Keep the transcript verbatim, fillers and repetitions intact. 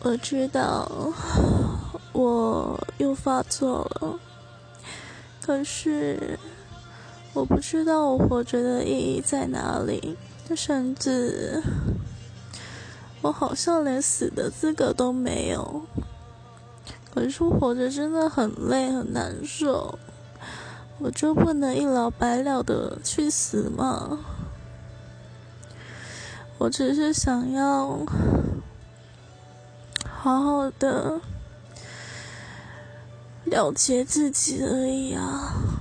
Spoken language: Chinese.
我知道我又发作了，可是我不知道我活着的意义在哪里，甚至我好像连死的资格都没有。可是活着真的很累很难受，我就不能一了百了的去死吗？我只是想要好好的了结自己而已啊。